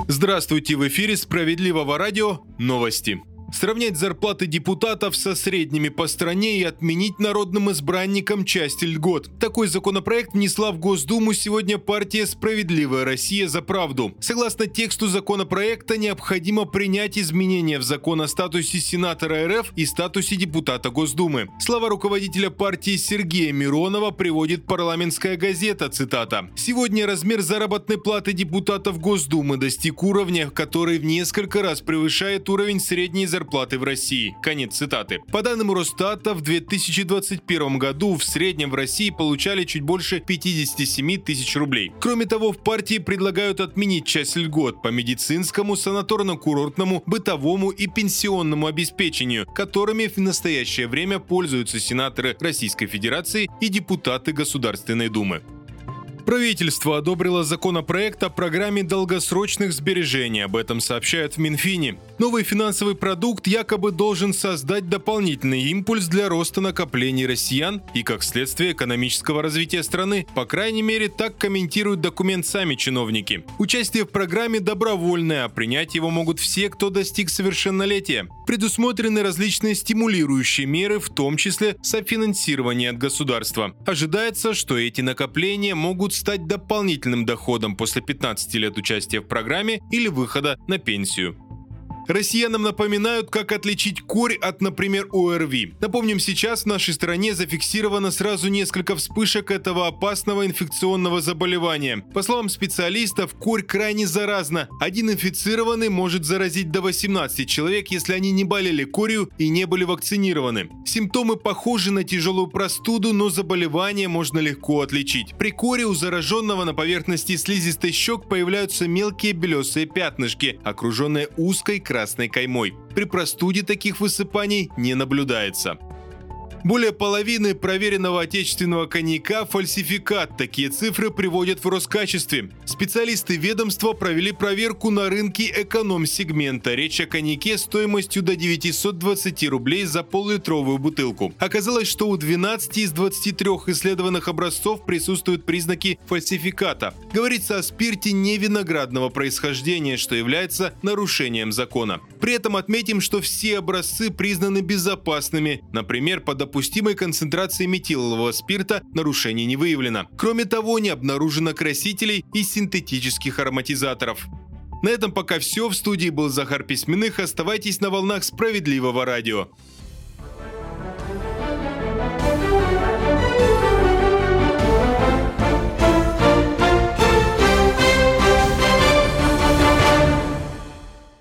Здравствуйте, в эфире «Справедливого радио» новости. Сравнять зарплаты депутатов со средними по стране и отменить народным избранникам часть льгот. Такой законопроект внесла в Госдуму сегодня партия «Справедливая Россия за правду». Согласно тексту законопроекта, необходимо принять изменения в закон о статусе сенатора РФ и статусе депутата Госдумы. Слова руководителя партии Сергея Миронова приводит парламентская газета, цитата. «Сегодня размер заработной платы депутатов Госдумы достиг уровня, который в несколько раз превышает уровень средней зарплаты в России». Конец цитаты. По данным Росстата, в 2021 году в среднем в России получали чуть больше 57 тысяч рублей. Кроме того, в партии предлагают отменить часть льгот по медицинскому, санаторно-курортному, бытовому и пенсионному обеспечению, которыми в настоящее время пользуются сенаторы Российской Федерации и депутаты Государственной Думы. Правительство одобрило законопроект о программе долгосрочных сбережений. Об этом сообщают в Минфине. Новый финансовый продукт якобы должен создать дополнительный импульс для роста накоплений россиян и, как следствие, экономического развития страны. По крайней мере, так комментируют документ сами чиновники. Участие в программе добровольное, а принять его могут все, кто достиг совершеннолетия. Предусмотрены различные стимулирующие меры, в том числе софинансирование от государства. Ожидается, что эти накопления могут стать дополнительным доходом после 15 лет участия в программе или выхода на пенсию. Россиянам напоминают, как отличить корь от, например, ОРВИ. Напомним, сейчас в нашей стране зафиксировано сразу несколько вспышек этого опасного инфекционного заболевания. По словам специалистов, корь крайне заразна. Один инфицированный может заразить до 18 человек, если они не болели корью и не были вакцинированы. Симптомы похожи на тяжелую простуду, но заболевание можно легко отличить. При коре у зараженного на поверхности слизистой щек появляются мелкие белесые пятнышки, окруженные узкой красной каймой. При простуде таких высыпаний не наблюдается. Более половины проверенного отечественного коньяка – фальсификат. Такие цифры приводят в Роскачестве. Специалисты ведомства провели проверку на рынке эконом-сегмента. Речь о коньяке стоимостью до 920 рублей за пол-литровую бутылку. Оказалось, что у 12 из 23 исследованных образцов присутствуют признаки фальсификата. Говорится о спирте невиноградного происхождения, что является нарушением закона. При этом отметим, что все образцы признаны безопасными. Например, по допустимой концентрации метилового спирта нарушений не выявлено. Кроме того, не обнаружено красителей и синтетических ароматизаторов. На этом пока все. В студии был Захар Письменных. Оставайтесь на волнах «Справедливого радио».